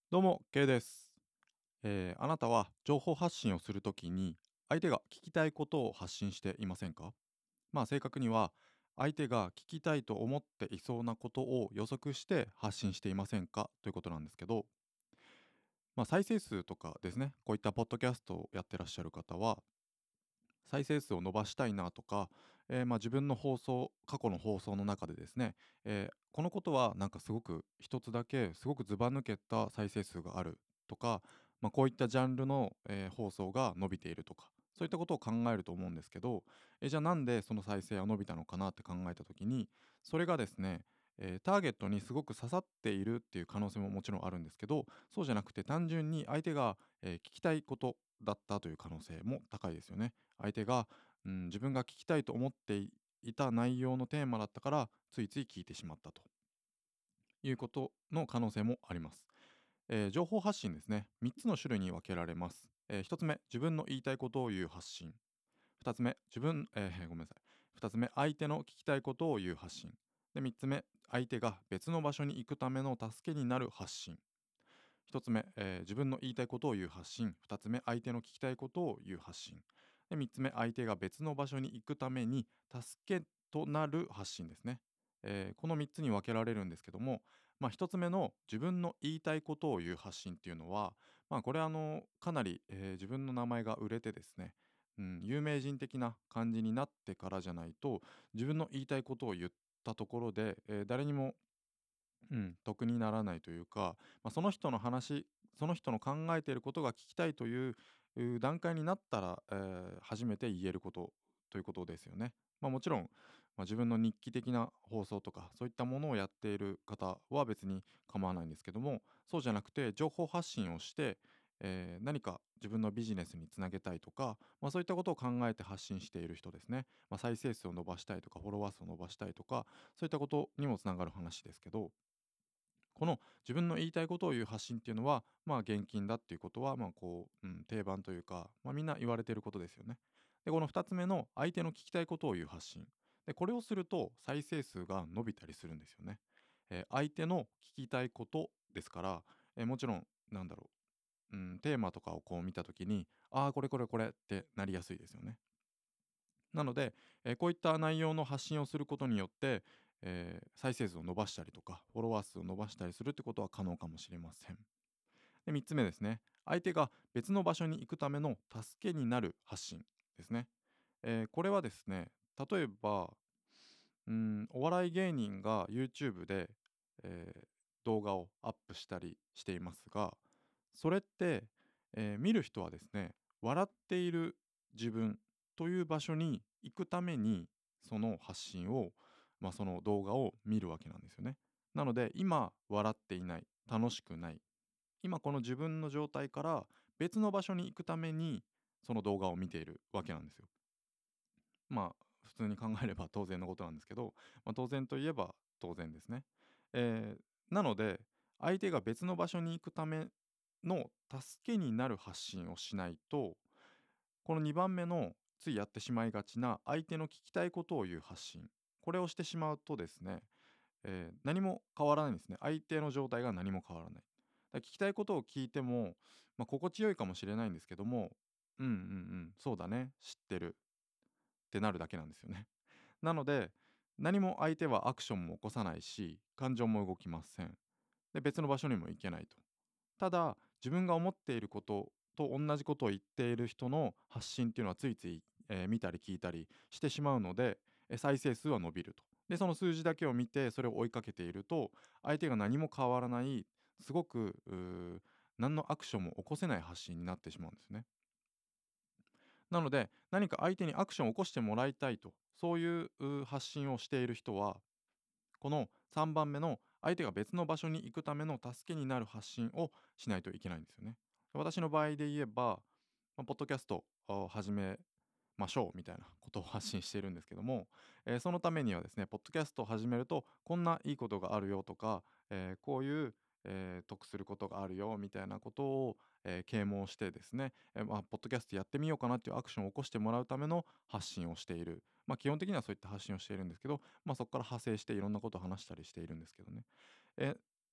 どうも、K です。あなたは情報発信をするときに、相手が聞きたいことを発信していませんか？正確には、相手が聞きたいと思っていそうなことを予測して発信していませんかということなんですけど、再生数とかですね、こういったポッドキャストをやってらっしゃる方は、再生数を伸ばしたいなとか、自分の過去の放送の中でですね、このことはなんかすごく一つだけすごくずば抜けた再生数があるとか、こういったジャンルの、放送が伸びているとか、そういったことを考えると思うんですけど、じゃあなんでその再生は伸びたのかなって考えた時に、それがですね、ターゲットにすごく刺さっているっていう可能性ももちろんあるんですけど、そうじゃなくて単純に相手が、聞きたいことだったという可能性も高いですよね。相手が、自分が聞きたいと思っていた内容のテーマだったから、ついつい聞いてしまったということの可能性もあります。情報発信ですね。3つの種類に分けられます。1つ目、自分の言いたいことを言う発信。2つ目、ごめんなさい。2つ目、相手の聞きたいことを言う発信。で、3つ目、相手が別の場所に行くための助けになる発信。1つ目、自分の言いたいことを言う発信。2つ目、相手の聞きたいことを言う発信。で、3つ目、相手が別の場所に行くために助けとなる発信ですね。この3つに分けられるんですけども、1つ目の自分の言いたいことを言う発信っていうのは、これかなり、自分の名前が売れてですね、有名人的な感じになってからじゃないと、自分の言いたいことを言ったところで、誰にも得にならないというか、その人の考えていることが聞きたいという段階になったら、初めて言えることということですよね。もちろん、自分の日記的な放送とかそういったものをやっている方は別に構わないんですけども、そうじゃなくて情報発信をして、何か自分のビジネスにつなげたいとか、そういったことを考えて発信している人ですね。再生数を伸ばしたいとかフォロワー数を伸ばしたいとか、そういったことにもつながる話ですけど、この自分の言いたいことを言う発信っていうのは、現金だっていうことは、定番というか、みんな言われていることですよね。で、この2つ目の相手の聞きたいことを言う発信。で、これをすると再生数が伸びたりするんですよね。相手の聞きたいことですから、もちろん、テーマとかをこう見たときに、ああ、これこれこれってなりやすいですよね。なので、こういった内容の発信をすることによって、再生数を伸ばしたりとか、フォロワー数を伸ばしたりするってことは可能かもしれません。で、3つ目ですね。相手が別の場所に行くための助けになる発信ですね。これはですね、例えば、お笑い芸人が YouTube で、動画をアップしたりしていますが、それって、見る人はですね、笑っている自分という場所に行くために、その発信を、その動画を見るわけなんですよね。なので、今笑っていない、楽しくない、今この自分の状態から別の場所に行くために、その動画を見ているわけなんですよ。普通に考えれば当然のことなんですけど、当然といえば当然ですね。なので、相手が別の場所に行くための助けになる発信をしないと、この2番目のついやってしまいがちな相手の聞きたいことを言う発信、これをしてしまうとですね、何も変わらないんですね。相手の状態が何も変わらない。聞きたいことを聞いても、心地よいかもしれないんですけども、そうだね、知ってるってなるだけなんですよね。なので、何も相手はアクションも起こさないし、感情も動きません。で、別の場所にも行けないと。ただ、自分が思っていることと同じことを言っている人の発信っていうのはついつい、見たり聞いたりしてしまうので、再生数は伸びると。で、その数字だけを見て、それを追いかけていると、相手が何も変わらない、すごく、何のアクションも起こせない発信になってしまうんですね。なので、何か相手にアクションを起こしてもらいたいと、そういう発信をしている人は、この3番目の相手が別の場所に行くための助けになる発信をしないといけないんですよね。私の場合で言えば、ポッドキャストを始めましょうみたいなことを発信しているんですけども、そのためにはですね、ポッドキャストを始めるとこんないいことがあるよとか、こういう、得することがあるよみたいなことを、啓蒙してですね、ポッドキャストやってみようかなっていうアクションを起こしてもらうための発信をしている。基本的にはそういった発信をしているんですけど、そこから派生していろんなことを話したりしているんですけどね。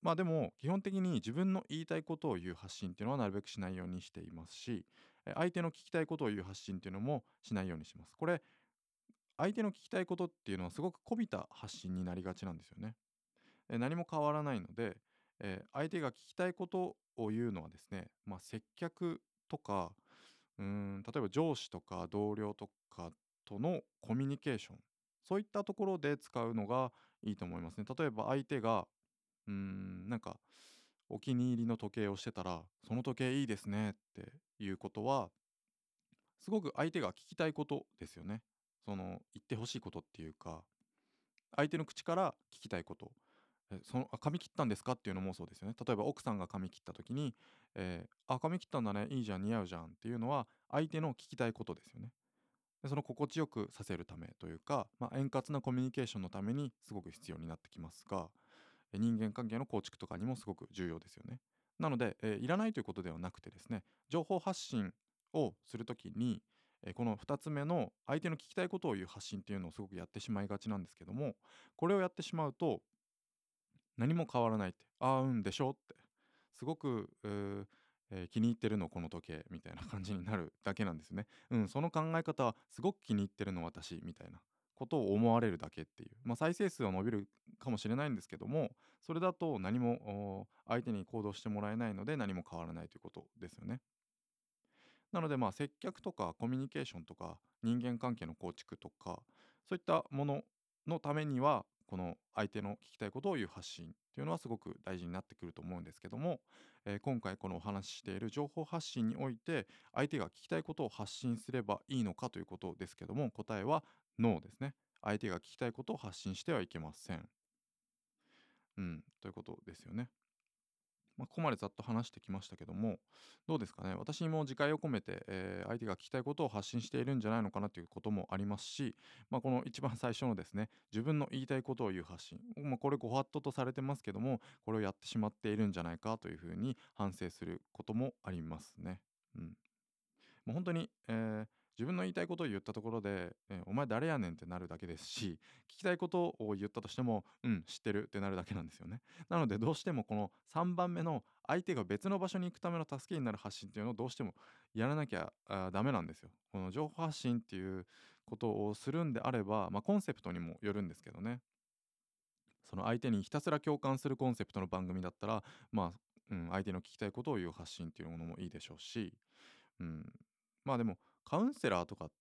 でも基本的に自分の言いたいことを言う発信っていうのはなるべくしないようにしていますし、相手の聞きたいことを言う発信っていうのもしないようにします。これ、相手の聞きたいことっていうのはすごくこびた発信になりがちなんですよね。何も変わらないので、相手が聞きたいことを言うのはですね、接客とか、例えば上司とか同僚とかとのコミュニケーション、そういったところで使うのがいいと思いますね。例えば相手がなんかお気に入りの時計をしてたら、その時計いいですねっていうことは、すごく相手が聞きたいことですよね。言ってほしいことっていうか、相手の口から聞きたいこと。髪切ったんですかっていうのもそうですよね。例えば奥さんが髪切った時に、髪切ったんだね、いいじゃん、似合うじゃんっていうのは、相手の聞きたいことですよね。で、その心地よくさせるためというか、円滑なコミュニケーションのためにすごく必要になってきますが、人間関係の構築とかにもすごく重要ですよね。なので、いらないということではなくてですね、情報発信をするときに、この2つ目の相手の聞きたいことを言う発信っていうのをすごくやってしまいがちなんですけども、これをやってしまうと何も変わらないって、ああ、うんでしょって、すごく、気に入ってるのこの時計みたいな感じになるだけなんですね。その考え方はすごく気に入ってるの私みたいなことを思われるだけっていう。再生数は伸びるかもしれないんですけども、それだと何も相手に行動してもらえないので何も変わらないということですよね。なので接客とかコミュニケーションとか人間関係の構築とかそういったもののためにはこの相手の聞きたいことを言う発信っていうのはすごく大事になってくると思うんですけども、今回このお話ししている情報発信において相手が聞きたいことを発信すればいいのかということですけども、答えはノーですね。相手が聞きたいことを発信してはいけません。ということですよね。ここまでざっと話してきましたけども、どうですかね。私も自戒を込めて、相手が聞きたいことを発信しているんじゃないのかなということもありますし、この一番最初のですね、自分の言いたいことを言う発信、これご法度とされてますけども、これをやってしまっているんじゃないかというふうに反省することもありますね。もう本当に、自分の言いたいことを言ったところで、お前誰やねんってなるだけですし、聞きたいことを言ったとしても、知ってるってなるだけなんですよね。なのでどうしてもこの3番目の相手が別の場所に行くための助けになる発信っていうのをどうしてもやらなきゃ、ダメなんですよ。この情報発信っていうことをするんであれば、コンセプトにもよるんですけどね。その相手にひたすら共感するコンセプトの番組だったら、相手の聞きたいことを言う発信っていうものもいいでしょうし、うん。でも、カウンセラーとかって、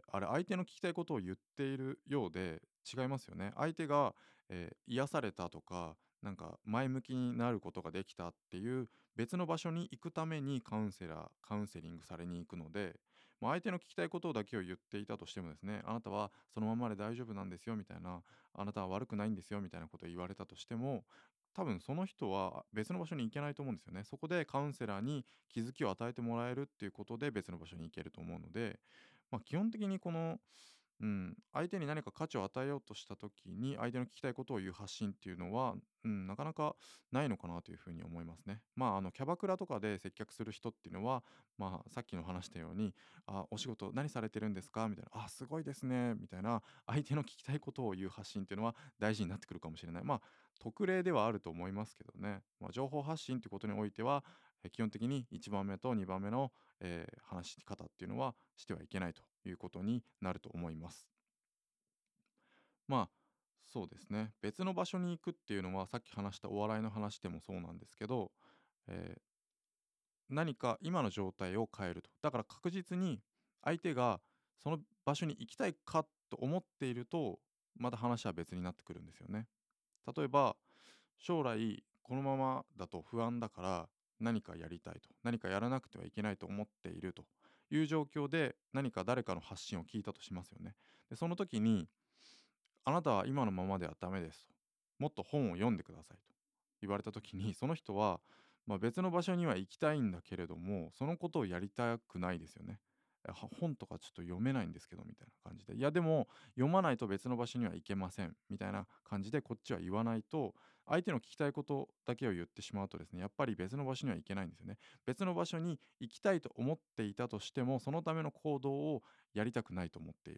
あれ相手の聞きたいことを言っているようで違いますよね。相手が、癒されたとか、なんか前向きになることができたっていう別の場所に行くためにカウンセリングされに行くので、相手の聞きたいことだけを言っていたとしてもですね、あなたはそのままで大丈夫なんですよみたいな、あなたは悪くないんですよみたいなことを言われたとしても、多分その人は別の場所に行けないと思うんですよね。そこでカウンセラーに気づきを与えてもらえるっていうことで別の場所に行けると思うので、基本的にこの相手に何か価値を与えようとした時に、相手の聞きたいことを言う発信っていうのは、なかなかないのかなというふうに思いますね。キャバクラとかで接客する人っていうのは、さっきの話したように、お仕事何されてるんですかみたいな、すごいですね、みたいな、相手の聞きたいことを言う発信っていうのは大事になってくるかもしれない。特例ではあると思いますけどね。情報発信っていうことにおいては、基本的に1番目と2番目の話し方っていうのはしてはいけないということになると思います。まあそうですね。別の場所に行くっていうのはさっき話したお笑いの話でもそうなんですけど、えー何か今の状態を変えると。だから確実に相手がその場所に行きたいかと思っていると、また話は別になってくるんですよね。例えば将来このままだと不安だから何かやりたいと、何かやらなくてはいけないと思っているという状況で何か誰かの発信を聞いたとしますよね。でその時にあなたは今のままではダメですと。もっと本を読んでくださいと言われた時に、その人は、別の場所には行きたいんだけれども、そのことをやりたくないですよね。本とかちょっと読めないんですけどみたいな感じで。いやでも読まないと別の場所には行けませんみたいな感じでこっちは言わないと、相手の聞きたいことだけを言ってしまうとですね、やっぱり別の場所には行けないんですよね。別の場所に行きたいと思っていたとしても、そのための行動をやりたくないと思っている。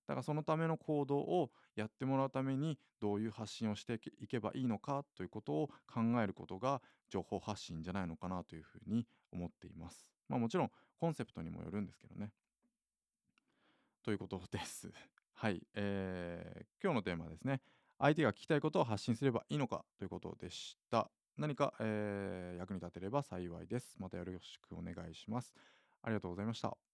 だからそのための行動をやってもらうためにどういう発信をしていけばいいのかということを考えることが情報発信じゃないのかなというふうに思っています。もちろんコンセプトにもよるんですけどね。ということです。はい、今日のテーマはですね、相手が聞きたいことを発信すればいいのかということでした。何か、役に立てれば幸いです。またよろしくお願いします。ありがとうございました。